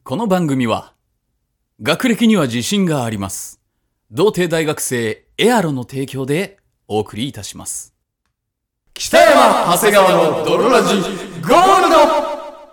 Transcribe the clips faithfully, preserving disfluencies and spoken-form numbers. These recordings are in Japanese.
この番組は学歴には自信があります。童貞大学生エアロの提供でお送りいたします。北山長谷川の泥ラジゴールド。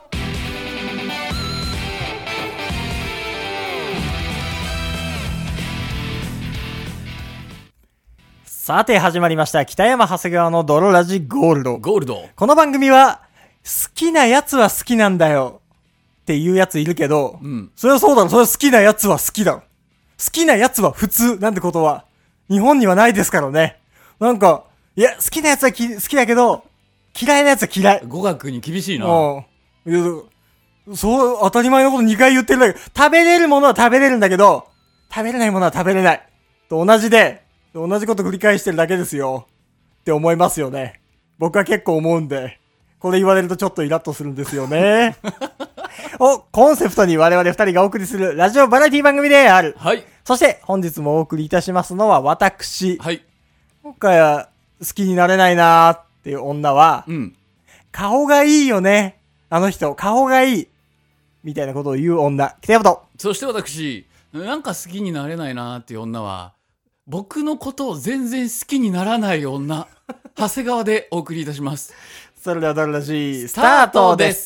さて始まりました北山長谷川の泥ラジゴールド。 ゴールド。 この番組は好きなやつは好きなんだよっていうやついるけど、 うん、 それはそうだろ、それは好きなやつは好きだろ。好きなやつは普通なんてことは日本にはないですからね。なんかいや好きなやつはき好きだけど嫌いなやつは嫌い。 語学に厳しいな。 うん。いやそう当たり前のことにかい言ってるんだけど、食べれるものは食べれるんだけど食べれないものは食べれないと同じで同じこと繰り返してるだけですよって思いますよね。僕は結構思うんで、これ言われるとちょっとイラッとするんですよね。をコンセプトに我々二人がお送りするラジオバラエティ番組である。 はい。 そして本日もお送りいたしますのは私。 はい。 今回は好きになれないなーっていう女は、 うん、 顔がいいよね。あの人顔がいいみたいなことを言う女。北山と。 そして私、なんか好きになれないなーっていう女は、僕のことを全然好きにならない女、長谷川でお送りいたします。 それではドロラジースタートです。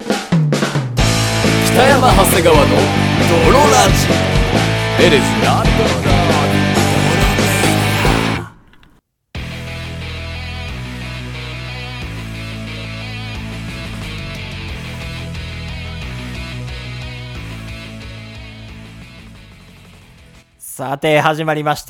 北山長谷川のドロラジ。エレスなドロラさて始まりました。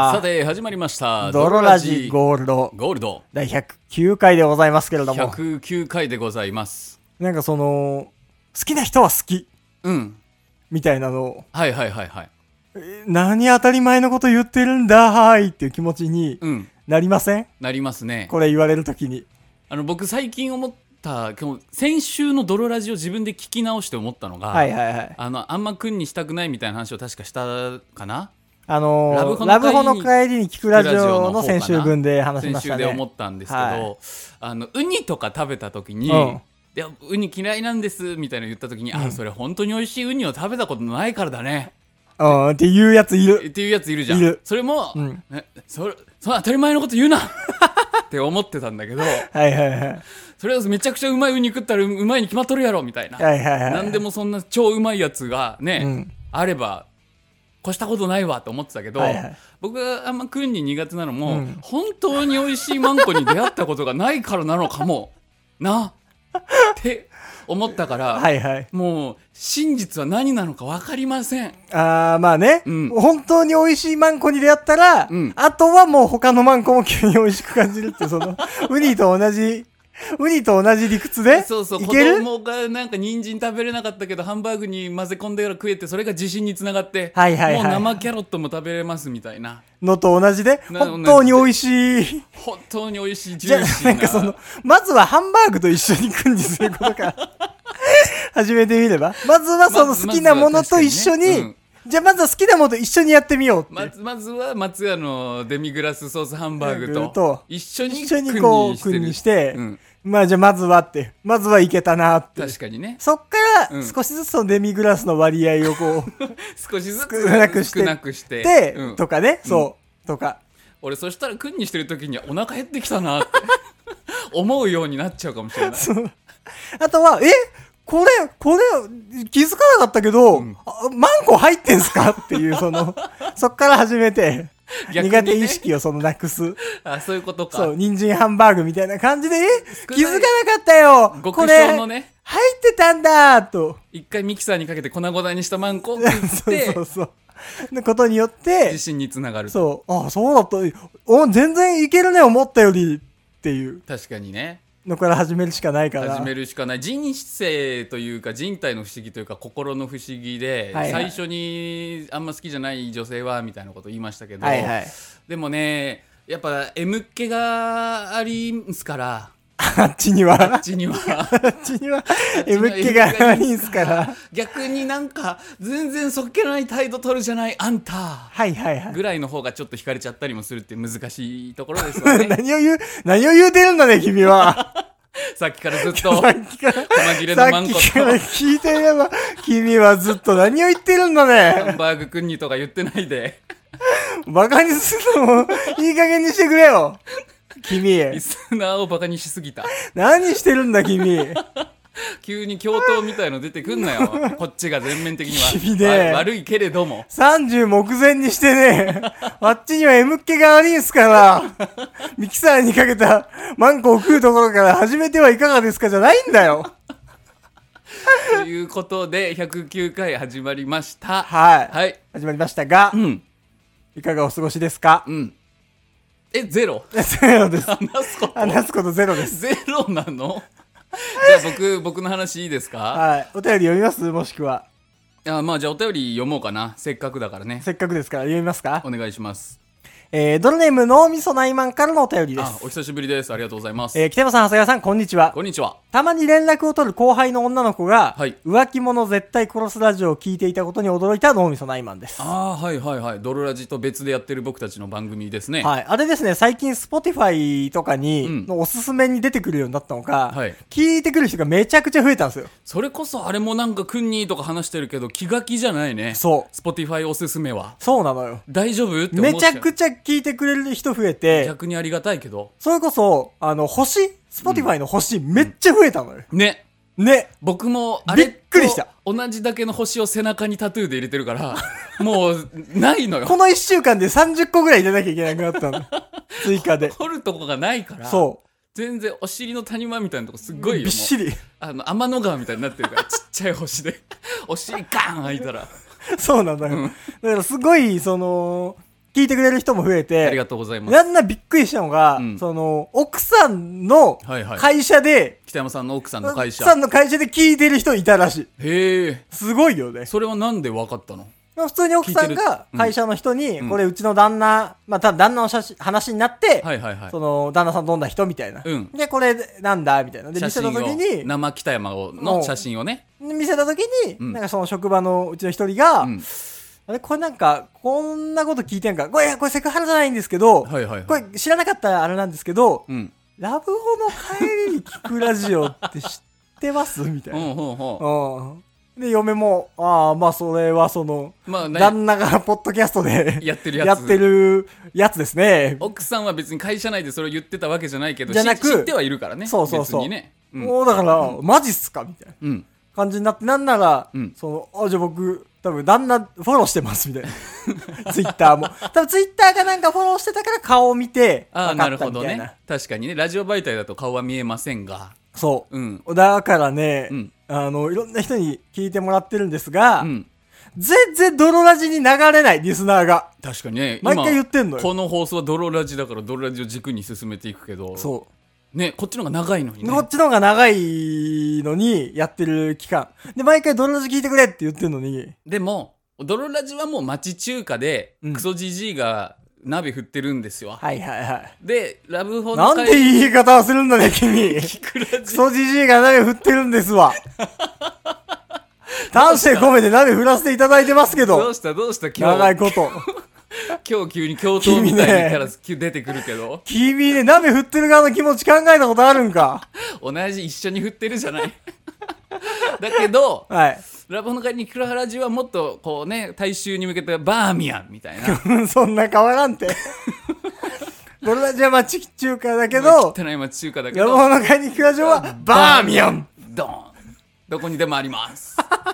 さて始まりましたドロラジゴールドゴールドだいひゃくきゅうかいでございますけれども、 ひゃくきゅうかいでございます。 なんかその好きな人は好きうんみたいなのを、 はいはいはいはい、 何当たり前のこと言ってるんだーいっていう気持ちになりません、うん、 なりますね。 これ言われるときにあの僕最近思った今日先週のドロラジを自分で聞き直して思ったのが、 はいはいはい、 あのあんま君にしたくないみたいな話を確かしたかな。 あのー、ラブホの帰りに聞くラジオの先週分で話しましたね。 先週で思ったんですけど、はい、あのウニとか食べた時に、うん、いやウニ嫌いなんですみたいなの言った時に、うん、あそれ本当に美味しいウニを食べたことないからだね、 うん、っていうやついるっていうやついるじゃん。それも、うん、それその当たり前のこと言うなって思ってたんだけどはいはいはい、 それはめちゃくちゃうまいウニ食ったらうまいに決まっとるやろみたいな、 はいはいはい、 なんでもそんな超うまいやつがね、うん、あれば越したことないわと思ってたけど、はいはい、僕があんま食うに苦手なのも、うん、本当に美味しいマンコに出会ったことがないからなのかもなって思ったからはい、はい、もう真実は何なのか分かりません。 あーまあね、うん、本当に美味しいマンコに出会ったら、うん、あとはもう他のマンコも急に美味しく感じるってそのウニと同じウニと同じ理屈でそうそう、 いける？ 子供がなんか人参食べれなかったけどハンバーグに混ぜ込んでから食えて、それが自信につながって、 はいはいはい、 もう生キャロットも食べれますみたいなのと同じで本当に美味しい本当に美味しいジューシーな、 なんかそのまずはハンバーグと一緒に訓示することから始めてみれば、まずはその好きなものと一緒に、まずまずはね、うん、じゃあまずは好きなものと一緒にやってみようって。 まず、まずは松屋のデミグラスソースハンバーグと一緒に一緒にこう訓にして、うん、まあじゃあまずはってまずはいけたなって。 確かにね。 そっから少しずつそのデミグラスの割合をこう少しずつ少なくして少なくして、 で、うん、とかね、そう、うん、とか。 俺そしたら訓にしてる時にお腹減ってきたなって思うようになっちゃうかもしれない。 あとはえこれこれ気づかなかったけど、うん、マンコ入ってんすかっていうそのそっから始めて、ね、苦手意識をそのなくす。 あ、そういうことか。 そう、人参ハンバーグみたいな感じで、え気づかなかったよ、 極小のね、 入ってたんだと一回ミキサーにかけて粉々にしたマンコを食ってそうそうそうのことによって自信につながる。 そう、あ、そうだった、お全然いけるね思ったよりっていう。 確かにね。 のから始めるしかないから。 始めるしかない。人生というか人体の不思議というか心の不思議で、はいはい、最初にあんま好きじゃない女性はみたいなこと言いましたけど、はいはい、でもねやっぱ M っ気がありんすから、 あっちにはあっちにはあっちには M っ気がありんすから逆になんか全然そっけない態度取るじゃないあんた、 はいはいはい、 ぐらいの方がちょっと惹かれちゃったりもするって難しいところですよね。 何を言う何を言うてるんだね君は。 さっきからずっとさっきから細切れのマンコとさっきから聞いてれば君はずっと何を言ってるんだね。 ハンバーグくんにとか言ってないで。 バカにするのもいい加減にしてくれよ君。 リスナーをバカにしすぎた。 何してるんだ君。 急に教頭みたいの出てくんなよ。こっちが全面的には君ねわ悪いけれども。 さんじゅう目前にしてね、あっちには M っ気が悪いんすから、ミキサーにかけたマンコを食うところから始めてはいかがですかじゃないんだよ。 ということでひゃくきゅうかい始まりました。 はい。 はい。 始まりましたが、 うん。 いかがお過ごしですか？ うん。え、ゼロ？ ゼロです。 話すこと話すことゼロです。 ゼロなの？じゃあ僕、僕の話いいですか？ はい。お便り読みます？もしくは。 あ、まあじゃあお便り読もうかな。せっかくだからね。 せっかくですから読みますか？ お願いします。 えー、ドルネーム脳みそナイマンからのお便りです。 あ、お久しぶりです。ありがとうございます。 えー、北山さん、長谷川さん、こんにちは。 こんにちは。 たまに連絡を取る後輩の女の子が、 はい、 浮気者絶対殺すラジオを聞いていたことに驚いた脳みそナイマンです。 ああ、はいはいはい。ドロラジと別でやってる僕たちの番組ですね。 はい。あれですね、最近 Spotify とかに、うん、のおすすめに出てくるようになったのか、はい、聞いてくる人がめちゃくちゃ増えたんですよ。 それこそあれもなんかクンニーとか話してるけど、気が気じゃないね。 そう。 Spotify おすすめは。 そうなのよ。 大丈夫って思っちゃう。 めちゃくちゃ聞いてくれる人増えて、 逆にありがたいけど。 それこそ、あの、星 Spotify の星、うん、めっちゃ増えたのよ。 ね。 ね。 僕もあれびっくりした。 同じだけの星を背中にタトゥーで入れてるから、もう、ないのよ。 このいっしゅうかんでさんじゅっこぐらい入れなきゃいけなくなったの。追加で。 掘るとこがないから。 そう。 全然お尻の谷間みたいなとこすっごいよ。 びっしり。 あの、天の川みたいになってるから、ちっちゃい星で。お尻ガーン開いたら。 そうなんだよ。うん、だからすごい、その、聞いてくれる人も増えて、 ありがとうございます。 なんなびっくりしたのが、うん、その、奥さんの会社で、はいはい、 北山さんの奥さんの会社。 奥さんの会社で聞いてる人いたらしい。 へえ。 すごいよね。 それはなんで分かったの？ 普通に奥さんが会社の人に、うん、これうちの旦那、まあ、ただ旦那の写真話になって、はいはいはい、その、旦那さんどんな人みたいな。うん、で、これなんだみたいな。で、見せた時に、 生北山の写真をね。 見せた時に、うん、なんかその職場のうちの一人が、うん、あれこれなんか、こんなこと聞いてんか。これ、これセクハラじゃないんですけど、はいはいはい、これ知らなかったらあれなんですけど、うん、ラブホの帰りに聞くラジオって知ってますみたいな。うんうんうんうんで、嫁も、ああ、まあ、それはその、まあね、旦那がポッドキャストでやってるやつ。 やってるやつですね。 奥さんは別に会社内でそれを言ってたわけじゃないけど、じゃなく知ってはいるからね。 そうそうそう。 別にね。 うん、もうだから、うん、マジっすかみたいな、うん、感じになって、なんなら、うん、その、あ、じゃあ僕、多分旦那フォローしてますみたいな。ツイッターも。多分ツイッターがなんかフォローしてたから顔を見て、 ああ、なるほどね。確かにね、ラジオ媒体だと顔は見えませんが。 そう。うん。だからね、うん、あの、いろんな人に聞いてもらってるんですが、うん、全然ドロラジに流れない、リスナーが。 確かにね。 毎回言ってんのよ。 この放送はドロラジだからドロラジを軸に進めていくけど。 そう。 ね、こっちの方が長いのにね。 こっちの方が長いのに、やってる期間。で、毎回ドロラジ聞いてくれって言ってるのに。 でも、ドロラジはもう町中華で、うん、クソジジイが、鍋振ってるんですよ。 はいはいはい。 で、ラブホのなんでいい言い方をするんだね、君。クソジジイが鍋振ってるんですわ。丹精込めて鍋振らせていただいてますけど。 どうしたどうした今日。 長いこと。 今日急に教頭みたいなキャラ出てくるけど。 君ね、鍋振ってる側の気持ち考えたことあるんか。 同じ一緒に振ってるじゃない。だけど、はい。ラブホの帰りに黒原ジはもっとこうね大衆に向けてバーミヤンみたいなそんな変わらんてドロラジは町中華だけど汚い町中華だけどラブホの帰りに黒原ジはバーミヤンドーンどこにでもあります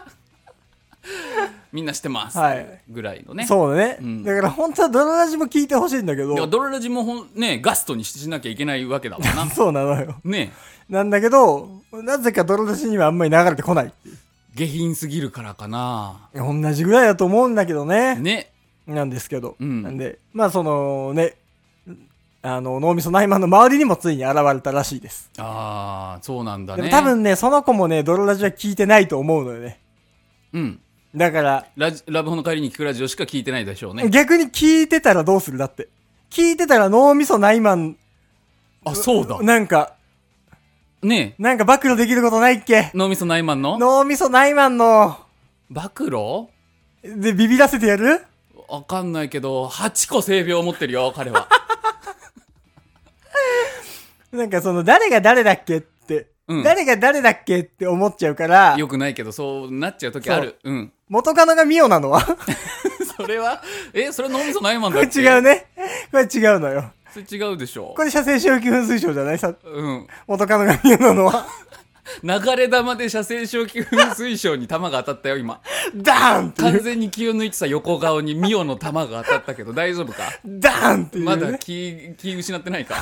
みんな知ってます、はい、ぐらいのねそうね、うん、だから本当はドロラジも聞いてほしいんだけどいやドロラジもほん、ね、ガストにしなきゃいけないわけだもんなそうなのよねなんだけどなぜかドロラジにはあんまり流れてこないっていう下品すぎるからかな。 同じぐらいだと思うんだけどね。 ね。 なんですけど。うん、なんで、まあそのね、あの、脳みそナイマンの周りにもついに現れたらしいです。 ああ、そうなんだね。 でも多分ね、その子もね、ドロラジは聞いてないと思うのよね。 うん。 だから、 ラジ、ラブホの帰りに聞くラジオしか聞いてないでしょうね。 逆に聞いてたらどうするだって。聞いてたら脳みそナイマン。 あ、そうだ。 なんか、 ねえ。 なんか暴露できることないっけ脳みそナイマンの脳みそナイマンの。 暴露で、ビビらせてやるわかんないけど、はちこ性病を持ってるよ、彼は。 なんかその、誰が誰だっけってうん、 誰が誰だっけって思っちゃうから。 よくないけど、そうなっちゃう時ある。うん。 元カノがミオなのはそれは、え、それ脳みそないもんだっけ？ これ違うね。これ違うのよ。 それ違うでしょ。 これ射精周期噴水症じゃないさ。 うん。 元カノがミオなのは。 流れ弾で射精周期噴水症に弾が当たったよ、今。 ダーンって完全に気を抜いてた横顔にミオの弾が当たったけど、大丈夫か？ ダーンっていう、ね。 まだ気、気失ってないか。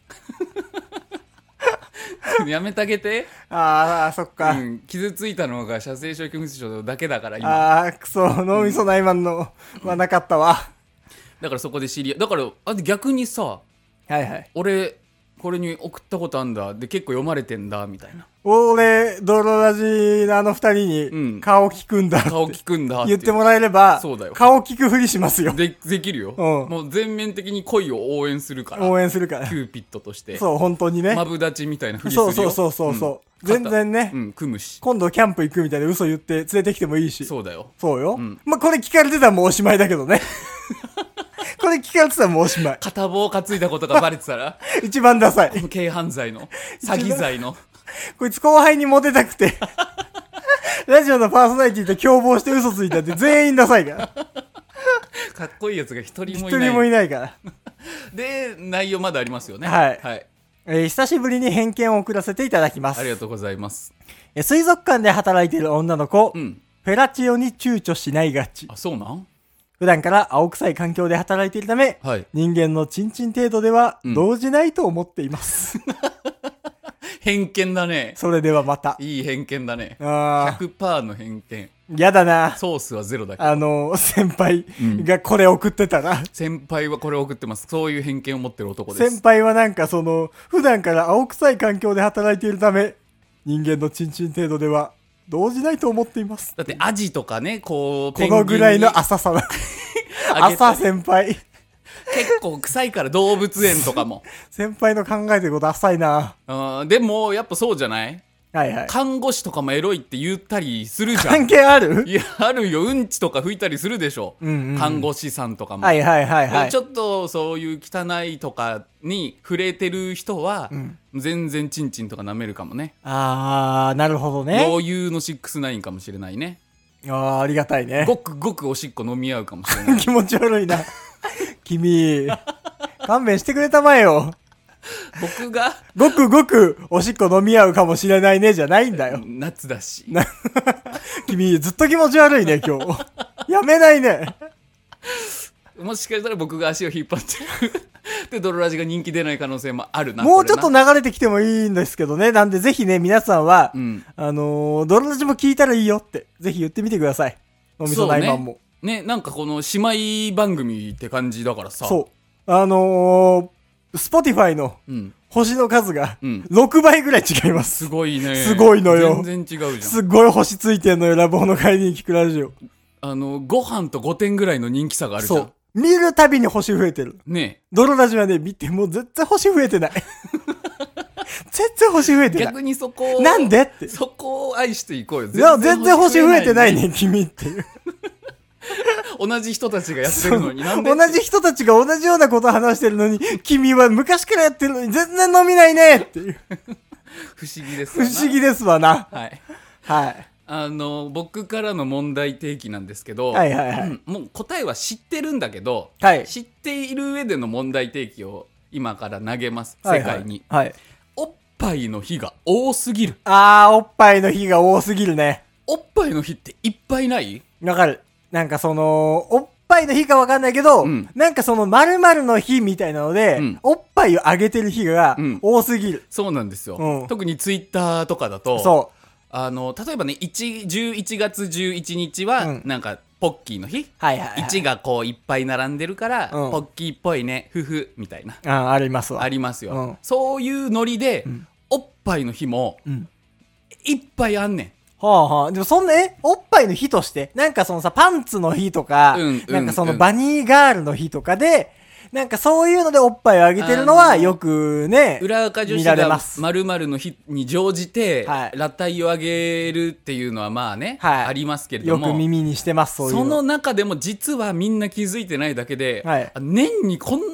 やめてあげて。 ああ、そっか、 うん。傷ついたのが射精周期噴水症だけだから今。 ああ、くそ、脳みそないまんのはなかったわ。 だからそこで知り合い。だから、あ逆にさ、 はいはい。 俺、これに送ったことあんだ。で、結構読まれてんだ、みたいな。 俺、ドロラジのあの二人に、顔聞くんだって、うん。 顔聞くんだって。 言ってもらえれば、 そうだよ。 顔聞くふりしますよ。 で、できるよ。うん。もう全面的に恋を応援するから。 応援するから。 キューピッドとして。 そう、本当にね。 マブダチみたいなふりするよ。 そうそうそうそう。うん、全然ね。 うん、組むし。 今度キャンプ行くみたいな嘘言って連れてきてもいいし。 そうだよ。 そうよ。うん、まあ、これ聞かれてたらもうおしまいだけどね。これ聞かれてたらもうおしまい。 片棒担いだことがバレてたら一番ダサい。 この軽犯罪の、詐欺罪の。 こいつ後輩にモテたくて、ラジオのパーソナリティと共謀して嘘ついたって全員ダサいから。 かっこいいやつが一人もいない。 一人もいないから。 で、内容まだありますよね。 はい。 はい。 えー、久しぶりに偏見を送らせていただきます。 ありがとうございます。 えー、水族館で働いている女の子、 うん、 フェラチオに躊躇しないがち。 あ、そうなん？ 普段から青臭い環境で働いているため、はい、人間のチンチン程度では動じないと思っています。うん、 偏見だね。 それではまた。 いい偏見だね。あ ひゃくパーセント の偏見。 やだな。 ソースはゼロだけど。 あのー、先輩がこれ送ってたら、うん。 先輩はこれ送ってます。そういう偏見を持ってる男です。 先輩はなんかその、普段から青臭い環境で働いているため、人間のチンチン程度では動じないと思っています。 だってアジとかね、こう、 このぐらいの浅さだ。朝先輩。 結構臭いから動物園とかも。 先輩の考えてること浅いな。 うん、でもやっぱそうじゃない？ はいはい。 看護師とかもエロいって言ったりするじゃん。 関係ある？ いや、あるよ。うんちとか拭いたりするでしょ。 うんうんうん、 看護師さんとかも。 はいはいはいはい。 ちょっとそういう汚いとかに触れてる人は、うん、全然チンチンとか舐めるかもね。 あー、なるほどね。 余裕のろくじゅうきゅうかもしれないね。 あー、ありがたいね。 ごくごくおしっこ飲み合うかもしれない。 気持ち悪いな。君、勘弁してくれたまえよ。 僕がごくごくおしっこ飲み合うかもしれないねじゃないんだよ。 夏だし。 君ずっと気持ち悪いね今日。やめないね。 もしかしたら僕が足を引っ張ってるでドロラジが人気出ない可能性もあるな。 もうちょっと流れてきてもいいんですけどね。なんでぜひね皆さんは、うん、あのー、ドロラジも聞いたらいいよってぜひ言ってみてください。おみそないまんもね、なんかこの姉妹番組って感じだからさ。 そうあのー、Spotify の星の数がろくばいぐらい違います。 すごいね。 すごいのよ。 全然違うじゃん。 すごい星ついてんのよ。ラブホの帰りに聞くラジオ。 あのご飯とごてんぐらいの人気差があるじゃん。そう見るたびに星増えてる。 ねえ。 ドロラジはね見てもう絶対星増えてない。全然星増えてない。 逆にそこなんでって。 そこを愛していこうよ。 いや全然星増えてないね君っていう。 同じ人たちがやってるのになんで同じ人たちが同じようなことを話してるのに君は昔からやってるのに全然飲みないねっていう不思議ですわな。 不思議ですわな。 はいはいあの僕からの問題提起なんですけど、 はいはいはい、うん、 もう答えは知ってるんだけど、 はい、 知っている上での問題提起を今から投げます。世界に、 はいはいはい、 おっぱいの日が多すぎる。 あーおっぱいの日が多すぎるね。 おっぱいの日っていっぱいない？ わかる。なんかそのおっぱいの日かわかんないけど、うん、なんかその〇〇の日みたいなので、うん、おっぱいをあげてる日が多すぎる、うん、 そうなんですよ、うん、特にツイッターとかだとそうあの例えばねじゅういちがつじゅういちにちは、うん、なんかポッキーの日、 はいはいはい、 いちがこういっぱい並んでるから、うん、ポッキーっぽいねふふみたいなあ, ありますわありますよ、うん、そういうノリで、うん、おっぱいの日も、うん、いっぱいあんねん。 はあはあ、でもそんな、えおっぱいの日として、なんかそのさ、パンツの日とか、うんうん、なんかそのバニーガールの日とかで、なんかそういうのでおっぱいをあげてるのはよくね、 裏垢女子が〇〇の日に乗じて、はい、裸体をあげるっていうのはまあね、はい、ありますけれども。 よく耳にしてます、そういうの。 その中でも実はみんな気づいてないだけで、はい、年にこんなおっぱ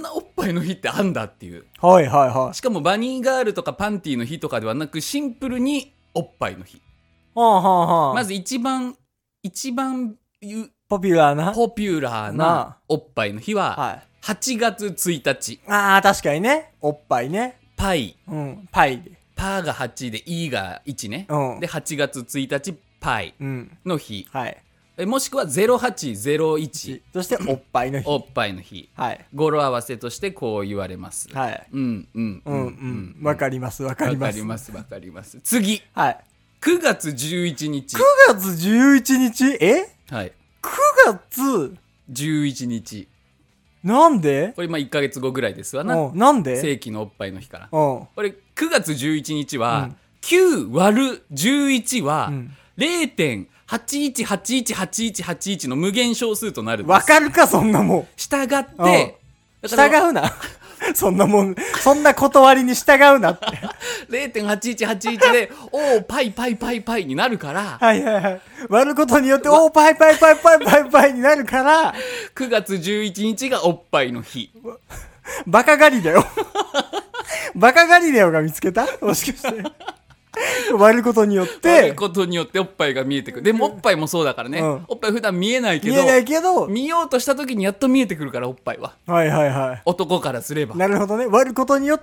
ぱいの日ってあんだっていう。 はいはいはい。 しかもバニーガールとかパンティーの日とかではなく、シンプルにおっぱいの日。 はあはあはあ。 まず一番、一番ポピュラーな。 ポピュラーなおっぱいの日は、はちがつついたち。 ああ、確かにね。おっぱいね。 パイ。 うん、パイで。 パーがはちで、イがいちね。 うん、 で、はちがつついたち、パイの日。 うん、はい。 えもしくはゼロはちゼロいち。 そしておっぱいの日。 おっぱいの日。 はい。 語呂合わせとしてこう言われます。 はい。 うんうんうんうん。わ、うん、かりますわかります。 わかりますわかります。次。 はい。 くがつじゅういちにち。 くがつじゅういちにちえはい。 くがつじゅういちにち。 なんでこれまあいっかげつごぐらいですわな。 なんで正規のおっぱいの日から。 これくがつじゅういちにちは、うん、きゅうわるじゅういちは、うん、れいてんはちいちはちいちはちいちはちいち の無限小数となるんです。 わかるかそんなもん。 従って、 従うな。そんなもん、そんな断りに従うなって。 れいてんはちいちはちいち で、おー、パイパイパイパイになるから。 はいはいはい。割ることによって、おー、パイパイパイパイパイパイになるから。 くがつじゅういちにちがおっぱいの日。 バカガリだよ。バカガリだよが見つけたもしかして。割ることによって。 割ることによっておっぱいが見えてくる。でもおっぱいもそうだからね。うん、おっぱい普段見えないけど。 見えないけど。 見ようとした時にやっと見えてくるから、おっぱいは。 はいはいはい。 男からすれば。 なるほどね。割ることによって、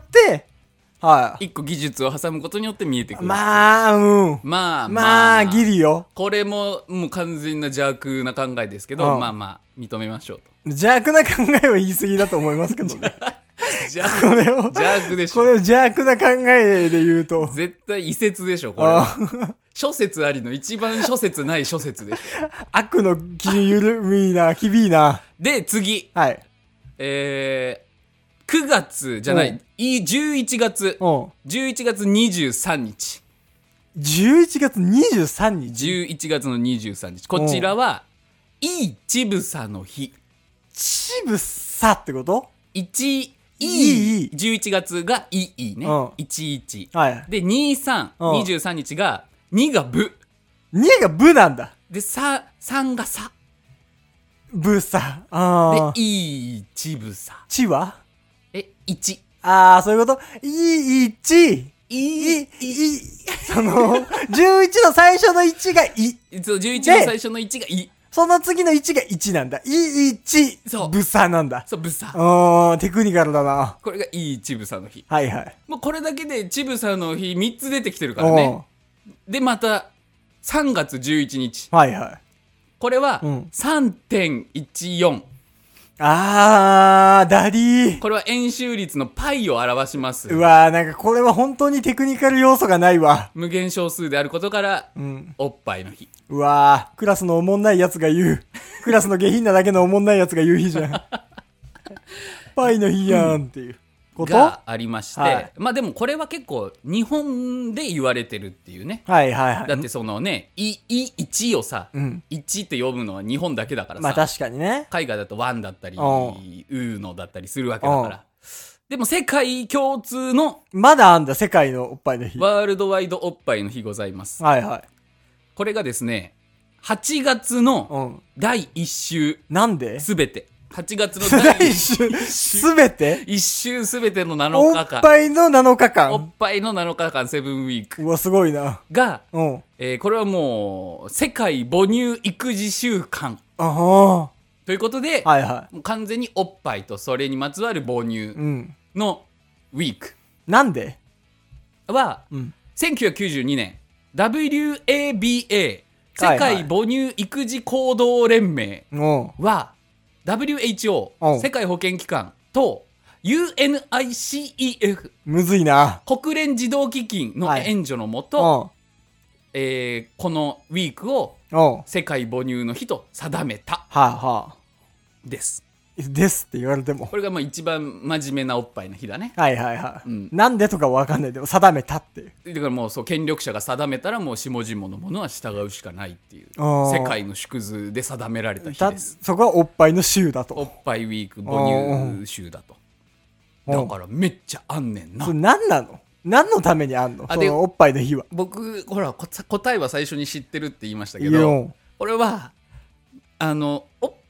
はい。一個技術を挟むことによって見えてくる。 まあ、うん。 まあ、 まあ、ギリよ。 これも、もう完全な邪悪な考えですけど、うん、まあまあ、認めましょうと。 邪悪な考えは言い過ぎだと思いますけどね。 邪悪これを邪悪でしょ。 これを邪悪な考えで言うと絶対異説でしょこれは。諸説ありの一番諸説ない諸説でしょ。 悪の気緩みなきびいな。 で次、 はい、 えー、くがつじゃないいじゅういちがつじゅういちがつにじゅうさんにちじゅういちがつにじゅうさんにちじゅういちがつのにじゅうさんにちこちらはいいちぶさの日。 ちぶさってこと？ いちいいじゅういちがつがいいね、うん、いちいち、はい、でにじゅうさん、うん、にじゅうさんにちがにがぶにがぶなんだ。 でささんがさぶさあでいちぶさちはえいちああそういうこといいちいいいそのじゅういちの最初のいちがいそうじゅういちの最初のいちがいその次のいちがいちなんだ。いち、ぶさなんだ。 そう、ぶさ。 あー、テクニカルだな。 これがいちぶさの日。 はいはい。 もうこれだけでちぶさの日みっつ出てきてるからね。で、また、さんがつじゅういちにち。 はいはい。 これは、さんてんいちよん。 あー、ダリー。 これは円周率のパイを表します。 うわー、なんかこれは本当にテクニカル要素がないわ。 無限小数であることから、うん、おっぱいの日。 うわー、クラスのおもんないやつが言う。クラスの下品なだけのおもんないやつが言う日じゃん。パイの日やんっていうことがありまして、はい、まあでもこれは結構日本で言われてるっていうね。 はいはいはい。 だってそのね、い、い、いちをさ、うん、いちって呼ぶのは日本だけだからさ。 まあ確かにね。 海外だとワンだったり、うーのだったりするわけだから。でも世界共通の。 まだあんだ、世界のおっぱいの日。 ワールドワイドおっぱいの日ございます。 はいはい。 これがですね、はちがつのだいいっ週。 なんですべて。はちがつのだいいっ週。 すべて ?いっ週すべてのなのかかん。 おっぱいのなのかかん。 おっぱいのなのかかん、セブンウィーク。 うわ、すごいな。 が、うん、えー、これはもう、世界母乳育児週間。 あはということで、 はいはい、 もう完全におっぱいとそれにまつわる母乳のウィーク。 うん、なんでは、うん、せんきゅうひゃくきゅうじゅうにねん、ダブリューエービーエー、世界母乳育児行動連盟は ダブリューエイチオー 世界保健機関と ユーエヌアイシーイーエフむずいな国連児童基金の援助のもと、はいえー、このウィークを世界母乳の日と定めた、 はあはあ、 ですですって言われてもこれがまあ一番真面目なおっぱいの日だね。 はいはいはい、うん、なんでとかわかんないでも定めたってだからもうそう権力者が定めたらもう下々のものは従うしかないっていう世界の縮図で定められた日です。 そこはおっぱいの週だと。 おっぱいウィーク母乳週だと。だからめっちゃあんねんな。 それ何なの何のためにあんのそのおっぱいの日は。 僕ほら答えは最初に知ってるって言いましたけどこれはあのおっ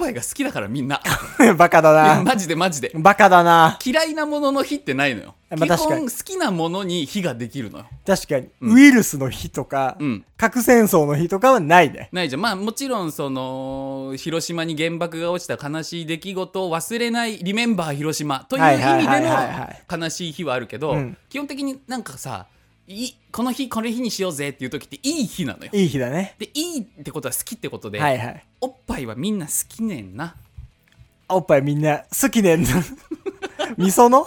ぱいが好きだからみんなバカだな。 マジでマジでバカだな。 嫌いなものの火ってないのよ、 まあ、確かに基本好きなものに火ができるのよ。 確かに、 うん、 ウイルスの火とか、うん、核戦争の火とかはないね。 ないじゃん。まあもちろんその広島に原爆が落ちた悲しい出来事を忘れないリメンバー広島という意味での悲しい日はあるけど、基本的になんかさ、いこの日この日にしようぜっていう時っていい日なのよ。 いい日だね。 でいいってことは好きってことで、 はいはい、 おっぱいはみんな好きねんな。 おっぱいみんな好きねんなみその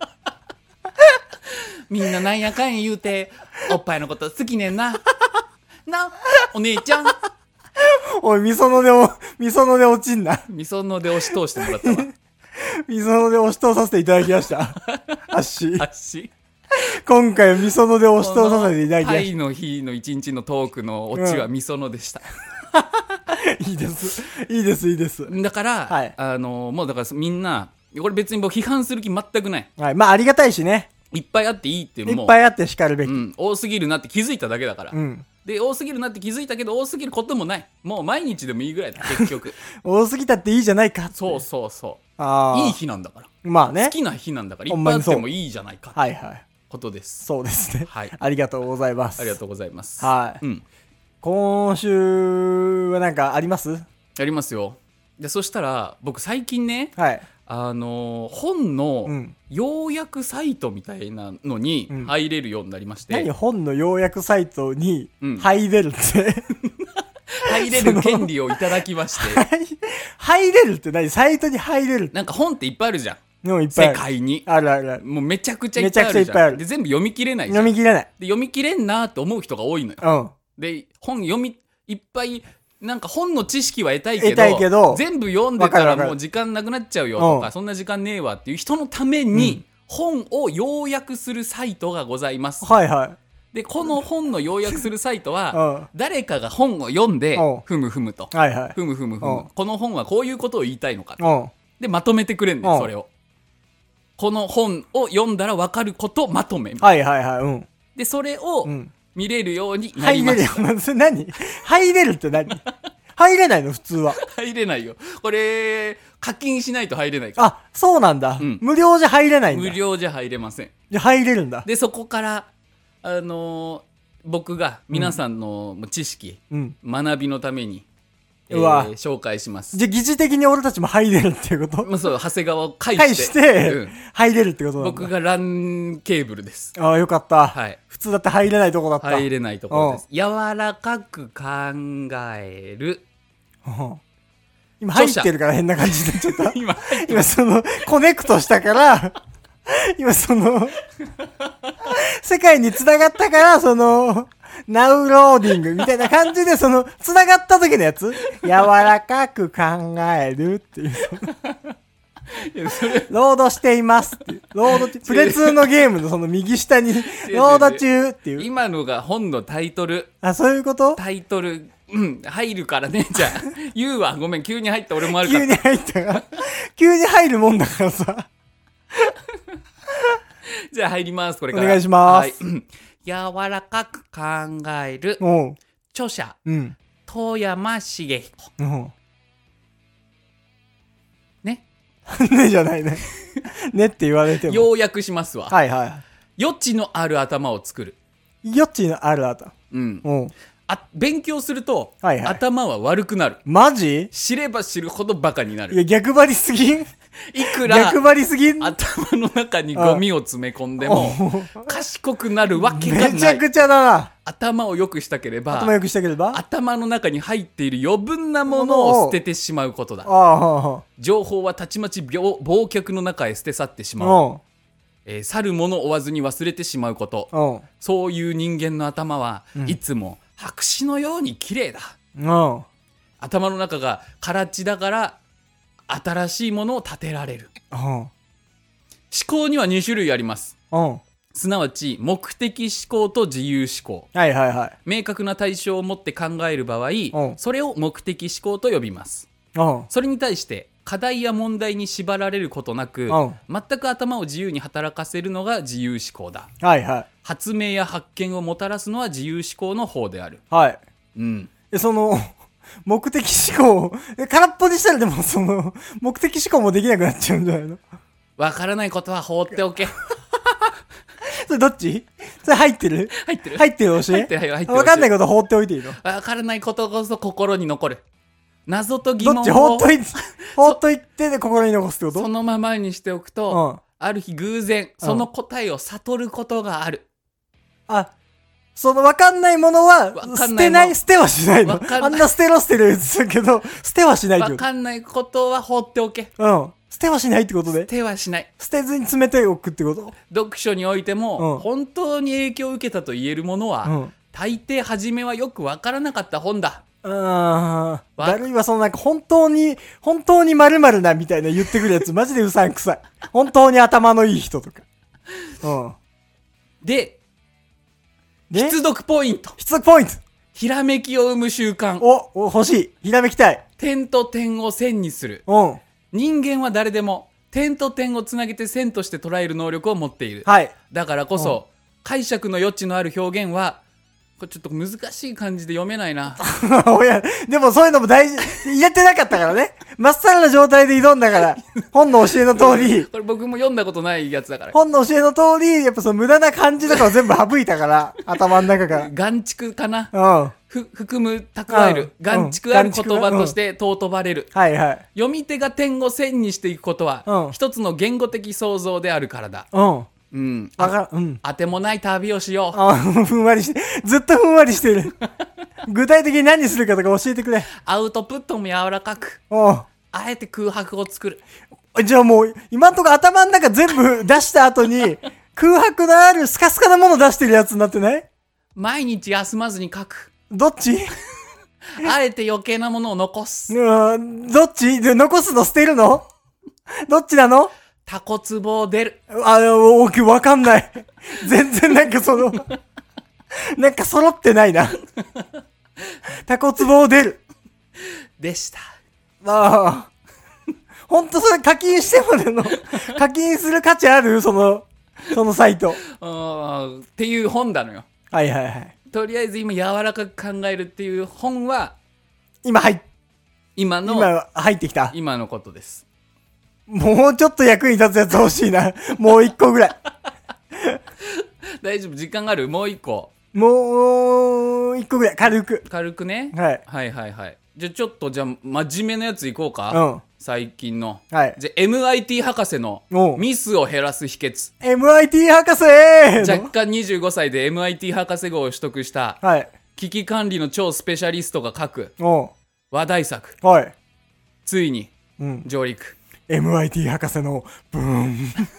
みんななんやかんや言うておっぱいのこと好きねんななお姉ちゃんおいみそのでおみそので落ちんな。 みそので押し通してもらったわみそので押し通させていただきました足足今回はみそので押し通させていただきました。 タイの日の一日のトークのオチはみそのでした、 うん、いいですいいですいいです。 だから、はい、あのもうだからみんなこれ別に僕批判する気全くない、 はい、まあありがたいしね。 いっぱいあっていいってもういっぱいあってしかるべき、 うん、多すぎるなって気づいただけだから、うん、で多すぎるなって気づいたけど多すぎることもない。もう毎日でもいいぐらいだ結局多すぎたっていいじゃないかって。 そうそうそう、 あいい日なんだから、 まあね、 好きな日なんだからいっぱいあってもいいじゃないかってことです。 そうですね、 はい、 ありがとうございます。 ありがとうございます。 はい、うん、今週は何かあります？ やりますよ。でそしたら僕最近ね、 はい、 あのー、本の要約サイトみたいなのに入れるようになりまして、うん、 何本の要約サイトに入れるって、うん、 入れる権利をいただきまして入れるって何？サイトに入れるって、 なんか本っていっぱいあるじゃん。 でもいっぱいある、 世界にあるあるある、 もうめちゃくちゃいっぱいあるじゃん。で全部読み切れないじゃん。 読み切れない。 で読み切れんなって思う人が多いのよ、うん、で本読みいっぱいなんか本の知識は得たいけ ど, 得たいけど全部読んでたらもう時間なくなっちゃうよとか、そんな時間ねえわっていう人のために本を要約するサイトがございます、 うん、はいはい。 でこの本の要約するサイトは誰かが本を読んでふむふむと、はいはい、ふむふむふむ、この本はこういうことを言いたいのかでまとめてくれんねん。それをこの本を読んだら分かることまとめ、 はいはいはい、うん、 でそれを、うん見れるようになりました。 入れるよ。何？入れるって何？入れないの普通は。 入れないよ。これ課金しないと入れないから。 あ、そうなんだ。うん、無料じゃ入れないんだ。 無料じゃ入れません。 じゃ入れるんだ。 でそこからあのー、僕が皆さんの知識、うん、学びのために。えー、うわ紹介します。 じゃあ疑似的に俺たちも入れるっていうこと？ まあ、そう長谷川を介して介して、うん、入れるってことなんだ。 僕がランケーブルです。 ああよかった、 はい、 普通だって入れないとこだった。 入れないところです。柔らかく考える。 今入ってるから変な感じになっちゃった今, 今そのコネクトしたから今その世界に繋がったからそのナウローディングみたいな感じでその繋がった時のやつ柔らかく考えるっていういやそれロードしていますってロードプレツーのゲームのその右下にロード中っていう今のが本のタイトル。 あそういうこと？ タイトルうん入るからね。じゃあ言うわごめん急に入った俺もあるから急に入ったから急に入るもんだからさじゃあ入ります。これからお願いします、 はい、柔らかく考える著者、うん、遠山茂彦、うん、ねねじゃないねねって言われても要約しますわ。 はいはい。 余地のある頭を作る。 余地のある頭、うん、 うん、あ勉強すると、はいはい、頭は悪くなる。 マジ？ 知れば知るほどバカになる。 いや逆張りすぎんいくら逆張りすぎん頭の中にゴミを詰め込んでも賢くなるわけがない。 めちゃくちゃだな。 頭を良くしたければ頭良くしたければ頭の中に入っている余分なものを捨ててしまうことだ。情報はたちまち忘却の中へ捨て去ってしまう。えー、去るものを追わずに忘れてしまうこと。そういう人間の頭は、うん、いつも白紙のように綺麗だ。頭の中が空地だから新しいものを建てられる。思考にはに種類あります。すなわち目的思考と自由思考、 はいはいはい、 明確な対象を持って考える場合それを目的思考と呼びます。それに対して課題や問題に縛られることなく全く頭を自由に働かせるのが自由思考だ、はいはい、発明や発見をもたらすのは自由思考の方である。 はい、 うん、 その目的思考を、空っぽにしたらでもその、目的思考もできなくなっちゃうんじゃないの？ わからないことは放っておけ。 それどっち？それ入ってる？ 入ってる入ってる教え？ 入ってる入ってる。 わかんないこと放っておいていいの？ わからないことこそ心に残る。謎と疑問を。 どっち放っといて、放っといてで心に残すってこと？ そのままにしておくと、 うん、 ある日偶然、その答えを悟ることがある。 うん、あ、その分かんないものは、捨てない、捨てはしないの。あんな捨てろ捨てる言ってたけど、捨てはしないってこと。 分かんないことは放っておけ。 うん。捨てはしないってことで。 捨てはしない。 捨てずに詰めておくってこと。 読書においても、 うん、 本当に影響を受けたと言えるものは、うん、大抵初めはよく分からなかった本だ。 あー、だるいはそのなんか本当に、本当に〇〇なみたいな言ってくるやつ、マジでうさんくさい。本当に頭のいい人とか。うん。 で、必読ポイント。 必読ポイント。 ひらめきを生む習慣。 お、お、欲しい。ひらめきたい。 点と点を線にする。 うん。 人間は誰でも、点と点をつなげて線として捉える能力を持っている。 はい。だからこそ、解釈の余地のある表現は、これちょっと難しい感じで読めないな。 おや、でもそういうのも大事、入れてなかったからね。まっさらな状態で挑んだから、本の教えの通り。 これ僕も読んだことないやつだから。 本の教えの通り、やっぱその無駄な漢字とかを全部省いたから、頭の中から。 眼蓄かな。 うん。 ふ、含む、蓄える。眼蓄ある言葉として尊ばれる。 はいはい。 読み手が点を線にしていくことは、 うん、 一つの言語的創造であるからだ。 うん。 うん。 わかる。うん。 当てもない旅をしよう。 あ、ふんわりして、ずっとふんわりしてる。具体的に何するかとか教えてくれ。 アウトプットも柔らかく。 おう。 あえて空白を作る。 じゃあもう、今んとこ頭の中全部出した後に、空白のあるスカスカなもの出してるやつになってない？ 毎日休まずに書く。 どっち？ あえて余計なものを残す。 うん、どっち？で、残すの捨てるの？どっちなの？ タコツボを出る。 あ、おー、わかんない。全然なんかその、なんか揃ってないな。タコツボを出る。 でした。 ああ。ほんとそれ課金してまでの、課金する価値ある？その、そのサイト。 あっていう本なのよ。 はいはいはい。 とりあえず今柔らかく考えるっていう本は、 今入っ、 今の、 今入ってきた。 今のことです。 もうちょっと役に立つやつ欲しいな。もう一個ぐらい。 大丈夫、時間がある？もう一個。 もう一個ぐらい、軽く。 軽くね。 はい。 はいはいはい。じゃあちょっと、じゃあ真面目なやついこうか。 うん。 最近の。 はい。 じゃあ エムアイティー 博士のミスを減らす秘訣。 エムアイティー 博士若干にじゅうごさいで エムアイティー 博士号を取得した、 はい。 危機管理の超スペシャリストが書くお話題作。 はい。 ついに上陸。 うん、エムアイティー 博士のブーン。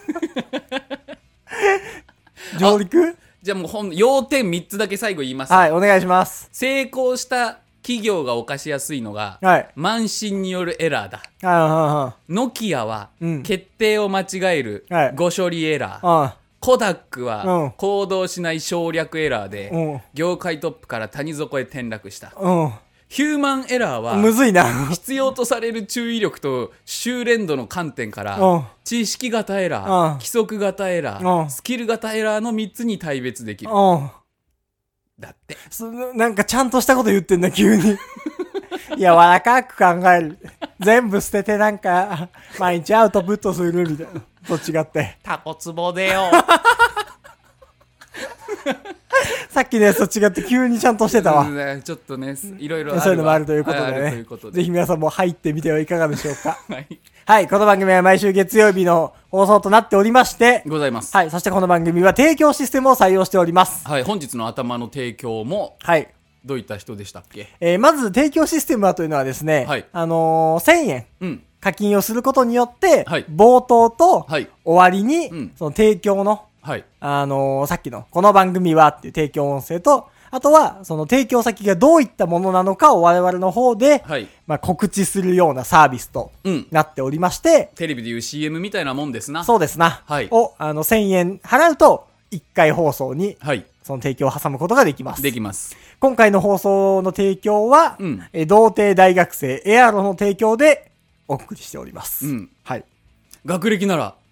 上陸？ じゃあもう本要点みっつだけ最後言います。 はい、お願いします。 成功した企業が犯しやすいのが、 はい、 慢心によるエラーだ。ノキアは、うん、決定を間違える誤処理エラー。はい、コダックは、行動しない省略エラーで、うん、業界トップから谷底へ転落した。うん、ヒューマンエラーはむずいな必要とされる注意力と修練度の観点から知識型エラー、規則型エラー、スキル型エラーのみっつに大別できる。だってそのなんかちゃんとしたこと言ってんだ急に柔らかく考える全部捨ててなんか毎日アウトプットするみたいなと違ってタコツボでよさっきのやつと違って急にちゃんとしてたわ、 うん、ちょっとねいろいろあるわそういうのもあるということでね、ぜひ皆さんも入ってみてはいかがでしょうかはい、はい、この番組は毎週月曜日の放送となっておりましてございます。 はい、そしてこの番組は提供システムを採用しております。 はい、本日の頭の提供もはいどういった人でしたっけ？ えー、まず提供システムはというのはですね、はい、あのー、せんえん、うん、課金をすることによって、はい、冒頭と終わりに、はい、その提供のはい、あのー、さっきのこの番組はっていう提供音声と、あとはその提供先がどういったものなのかを我々の方で、はい、まあ、告知するようなサービスとなっておりまして、 うん、テレビでいう シーエム みたいなもんですな。 そうですな、はい、をあのせんえん払うといっかい放送にその提供を挟むことができます。 できます。 今回の放送の提供は、うん、え童貞大学生エアロの提供でお送りしております。うん、はい。 学歴なら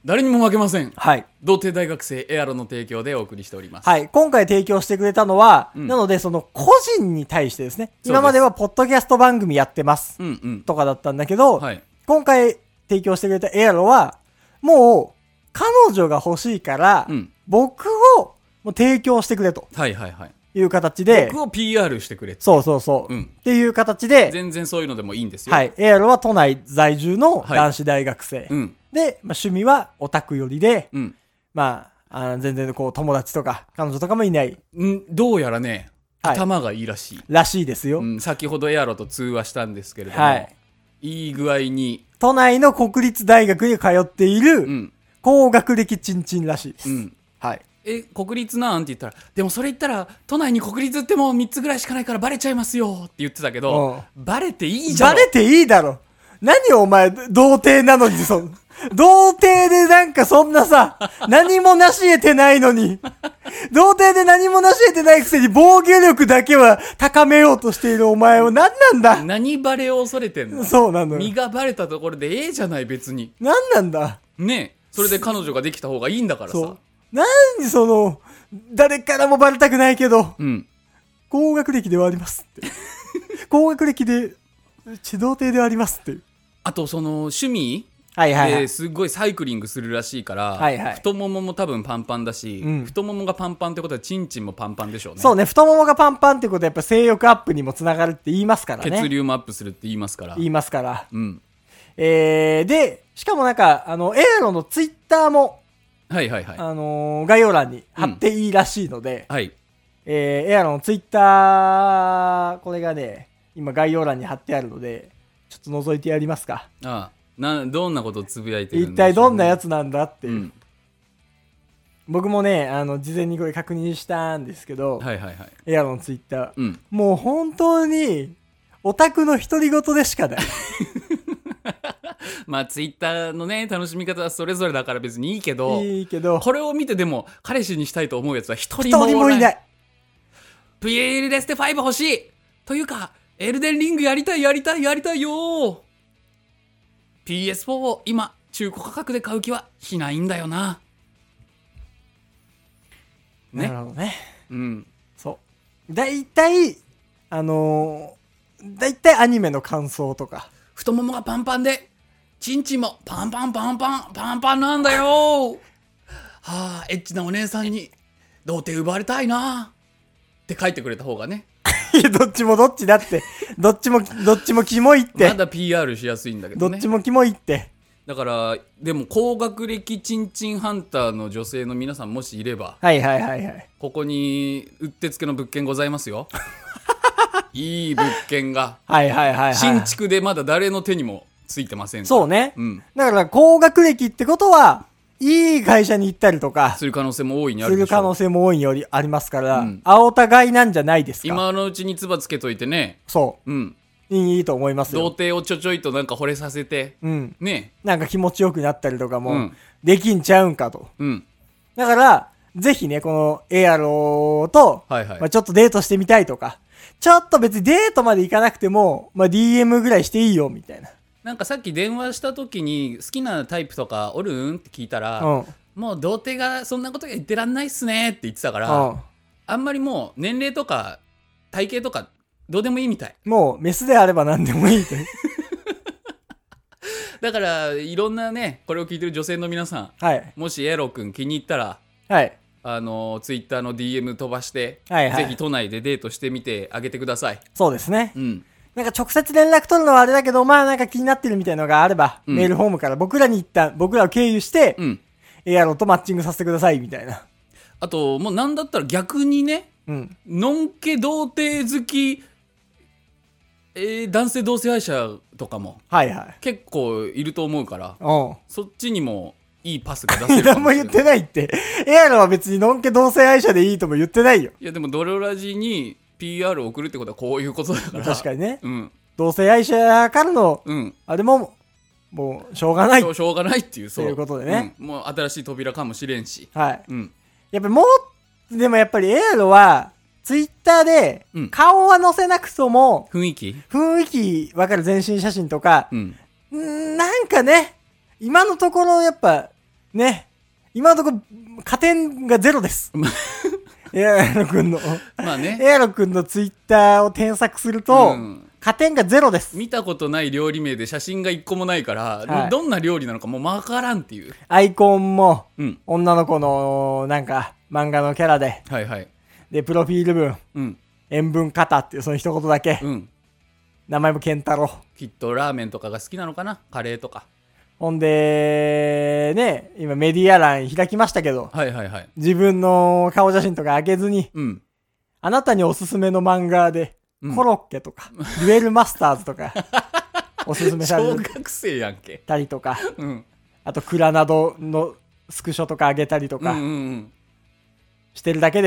誰にも負けません。 はい。 童貞大学生エアロの提供でお送りしております。 はい。今回提供してくれたのは、うん、なのでその個人に対してですね、今まではポッドキャスト番組やってます。うんうん。とかだったんだけど、はい、今回提供してくれたエアロは、もう、彼女が欲しいから、うん、僕をもう提供してくれと。はいはいはい。いう形で。 僕を ピーアール してくれ。 そうそうそう。うん。っていう形で。 全然そういうのでもいいんですよ。 はい。エアロは都内在住の男子大学生。はい、うん。で、まあ、趣味はオタク寄りで、うん。まあ、あ全然こう友達とか彼女とかもいない。 うん、どうやらね、頭がいいらしい。 らしいですよ。 うん。先ほどエアロと通話したんですけれども、はい。いい具合に。 都内の国立大学に通っている、うん。高学歴チンチンらしいです。うん。はい。 え、国立なんて言ったら、でもそれ言ったら、都内に国立ってもうみっつぐらいしかないからバレちゃいますよって言ってたけど、バレていいじゃん。 バレていいだろ。何お前、童貞なのに、その、童貞でなんかそんなさ、何も成し得てないのに、童貞で何も成し得てないくせに防御力だけは高めようとしているお前は何なんだ。 何バレを恐れてんの。 そうなのよ。 身がバレたところでええじゃない別に。 何なんだ。 ねえ、それで彼女ができた方がいいんだからさ。そうなんでその、誰からもバレたくないけど、うん、高学歴ではありますって。高学歴で、地童貞ではありますって。 あとその趣味はいはいはい、 えー、すっごいサイクリングするらしいから、はいはい、太ももも多分パンパンだし、うん、太ももがパンパンってことはチンチンもパンパンでしょうね。 そうね、太ももがパンパンってことはやっぱ性欲アップにもつながるって言いますからね。 血流もアップするって言いますから。 言いますから。うん。えー、で、しかもなんか、あの、エアロのツイッターも、 はいはいはい。 あのー、概要欄に貼っていいらしいので、うん、はい。えー、エアロのツイッター、これがね、今概要欄に貼ってあるので、ちょっと覗いてやりますか。 ああ。な、どんなことをつぶやいてるんでしょう、ね、 一体どんなやつなんだっていう。うん、僕もね、あの、事前にこれ確認したんですけど、はいはいはい。エアロのツイッター。うん、もう本当に、オタクの独り言でしかない。 まあツイッターのね楽しみ方はそれぞれだから別にいいけどいいけどこれを見てでも彼氏にしたいと思うやつは一人もいない。一人もいない。プレステファイブ欲しいというかエルデンリングやりたいやりたいやりたいよ。 ピーエスフォー を今中古価格で買う気はしないんだよな。 ね、なるほどね。うん。そうだいたいあのー、だいたいアニメの感想とか太ももがパンパンでチンチンもパンパンパンパンパンパンなんだよ。はあ、エッチなお姉さんに童貞奪われたいなって書いてくれた方がね。 いや、どっちもどっちだって。どっちも、どっちもキモいって。 まだ ピーアール しやすいんだけどね。 どっちもキモいって。 だから、でも高学歴チンチンハンターの女性の皆さんもしいれば。 はいはいはいはい。 ここにうってつけの物件ございますよ。いい物件が。 はいはいはい、はい。 新築でまだ誰の手にもついてません。 そうね。うん。だから高学歴ってことは、いい会社に行ったりとか。 する可能性も大いにあるでしょ。 する可能性も大いによりありますから、うん、あお互いなんじゃないですか。 今のうちに唾つけといてね。 そう。うん。いいと思いますよ。 童貞をちょちょいとなんか惚れさせて。うん。ね。 なんか気持ちよくなったりとかも、できんちゃうんかと。うん。だから、ぜひね、このエアロと、はいはい。まあ、ちょっとデートしてみたいとか、ちょっと別にデートまで行かなくても、まあ、ディーエム ぐらいしていいよ、みたいな。 なんかさっき電話した時に好きなタイプとかおるんって聞いたら、うん、もう童貞がそんなこと言ってらんないっすねって言ってたから、うん、あんまりもう年齢とか体型とかどうでもいいみたい。 もうメスであれば何でもいいとだからいろんなねこれを聞いてる女性の皆さん、はい、もしエロくん気に入ったら、はい、あのツイッターの ディーエム 飛ばして、はいはい、ぜひ都内でデートしてみてあげてください。 そうですね。うん。なんか直接連絡取るのはあれだけど、まあなんか気になってるみたいなのがあれば、うん、メールフォームから僕らに一旦、僕らを経由して、うん、エアロとマッチングさせてくださいみたいな。 あと、もうなんだったら逆にね、うん、のんけ童貞好き、えー、男性同性愛者とかも、はいはい、結構いると思うから、そっちにもいいパスが出せるかもしれない。 何も言ってないって。エアロは別にのんけ同性愛者でいいとも言ってないよ。 いやでもドロラジに、ピーアール を送るってことはこういうことだから。 確かにね。うん。同性愛者からの、うん。あれも、もう、しょうがない。 しょうがないっていう、 そう。ということでね、 うん。もう新しい扉かもしれんし。 はい。うん。やっぱりもう、でもやっぱりエアロは、ツイッターで、顔は載せなくとも、 うん、雰囲気雰囲気わかる全身写真とか、うん。んなんかね、今のところやっぱ、 ね。今のところ、加点がゼロです。エアロ君の。 まあね。 エアロ君のツイッターを添削すると、うん、加点がゼロです。 見たことない料理名で写真が一個もないから、はい、どんな料理なのかもうわからんっていう。 アイコンも、うん、女の子の、なんか、漫画のキャラで。 はいはい。 で、プロフィール文。うん。塩分型っていうその一言だけ。うん。名前もケンタロウ。 きっとラーメンとかが好きなのかな、カレーとか。 ほんで、ね、今メディア欄開きましたけど、 はいはいはい。 自分の顔写真とか開けずに、うん、あなたにおすすめの漫画で、うん、コロッケとか、デュエルマスターズとか、おすすめされる。 小学生やんけ。 たりとか、うん、あとクラナドのスクショとかあげたりとか、うんうんうん、してるだけです。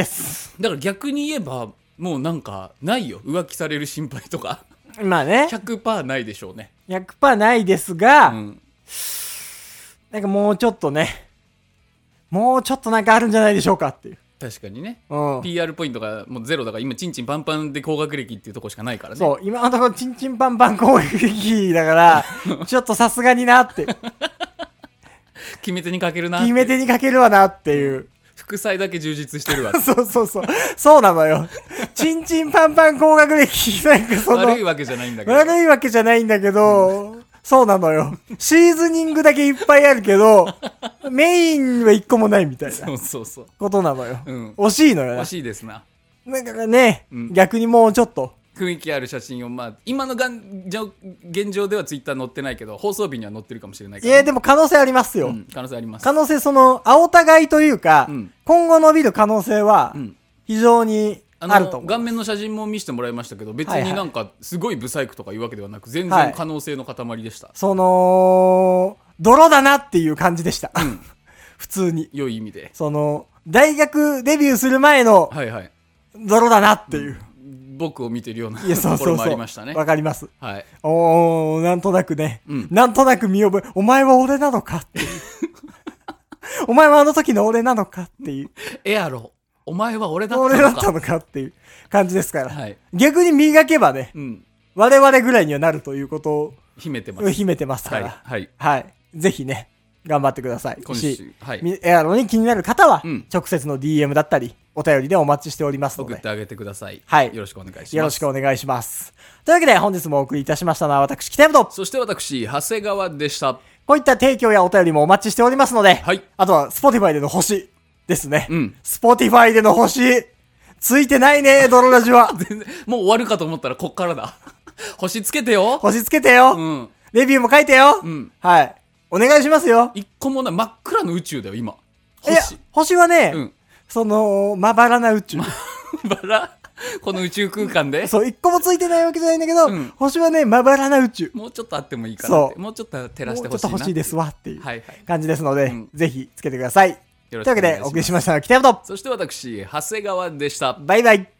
だから逆に言えば、もうなんか、ないよ。浮気される心配とか。 まあね。 ひゃくパーセント ないでしょうね。 ひゃくパーセント ないですが、うんなんかもうちょっとね、もうちょっとなんかあるんじゃないでしょうかっていう。 確かにね。うん、ピーアール ポイントがもうゼロだから、今、チンチンパンパンで高学歴っていうとこしかないからね。 そう、今のところチンチンパンパン高学歴だから、ちょっとさすがになって。 決め手にかけるなって。 決め手にかけるわなっていう。 副菜だけ充実してるわ。 そうそうそう。そうなのよ。チンチンパンパン高学歴、なんかその。 悪いわけじゃないんだけど。 悪いわけじゃないんだけど、うんそうなのよ。シーズニングだけいっぱいあるけど、メインは一個もないみたいな。 そうそうそう。 ことなのよ。うん、惜しいのよね。 惜しいですな。 だからね、うん、逆にもうちょっと。 雰囲気ある写真を、まあ、今のがん現状ではツイッター載ってないけど、放送日には載ってるかもしれないから、ね。 いや、でも可能性ありますよ。うん、 可能性あります。 可能性、その、青互いというか、うん、今後伸びる可能性は、非常に、あると思う。 顔面の写真も見せてもらいましたけど、別になんかすごいブサイクとかいうわけではなく、全然可能性の塊でした。はい、 その、泥だなっていう感じでした。うん、普通に。 良い意味で。 その、大学デビューする前の、はいはい。泥だなっていう。 僕を見てるようなところもありましたね。 わかります。 はい。 おー、なんとなくね。うん、なんとなく見覚え、お前は俺なのかっていう。お前はあの時の俺なのかっていう。 エアロ。お前は俺だったのか俺だったのかっていう感じですから。はい、逆に磨けばね、うん、我々ぐらいにはなるということを秘めてます。 秘めてますから。 はい。 はい。はい、ぜひね、頑張ってください。 今週、はい。 エアロに気になる方は、うん、直接の ディーエム だったり、お便りでお待ちしておりますので。 送ってあげてください。 はい。 よろしくお願いします。 よろしくお願いします。というわけで、本日もお送りいたしましたのは、私、北山と。 そして私、長谷川でした。 こういった提供やお便りもお待ちしておりますので、 はい。 あとは、Spotify での星ですね。うん。Spotify での星。ついてないね、ドロラジは。 全然、もう終わるかと思ったらこっからだ。星つけてよ。 星つけてよ。うん。レビューも書いてよ。うん。はい。お願いしますよ。 一個もない、真っ暗の宇宙だよ、今。 星。いや、星はね、うん、その、まばらな宇宙。まばらこの宇宙空間でそう、一個もついてないわけじゃないんだけど、うん、星はね、まばらな宇宙。 もうちょっとあってもいいかなって。もうちょっと照らしてほしいな。もうちょっと欲しいですわっていう感じですので、はいはい、ぜひつけてください。 というわけで、お送りしましたのは北山と。 そして私、長谷川でした。 バイバイ。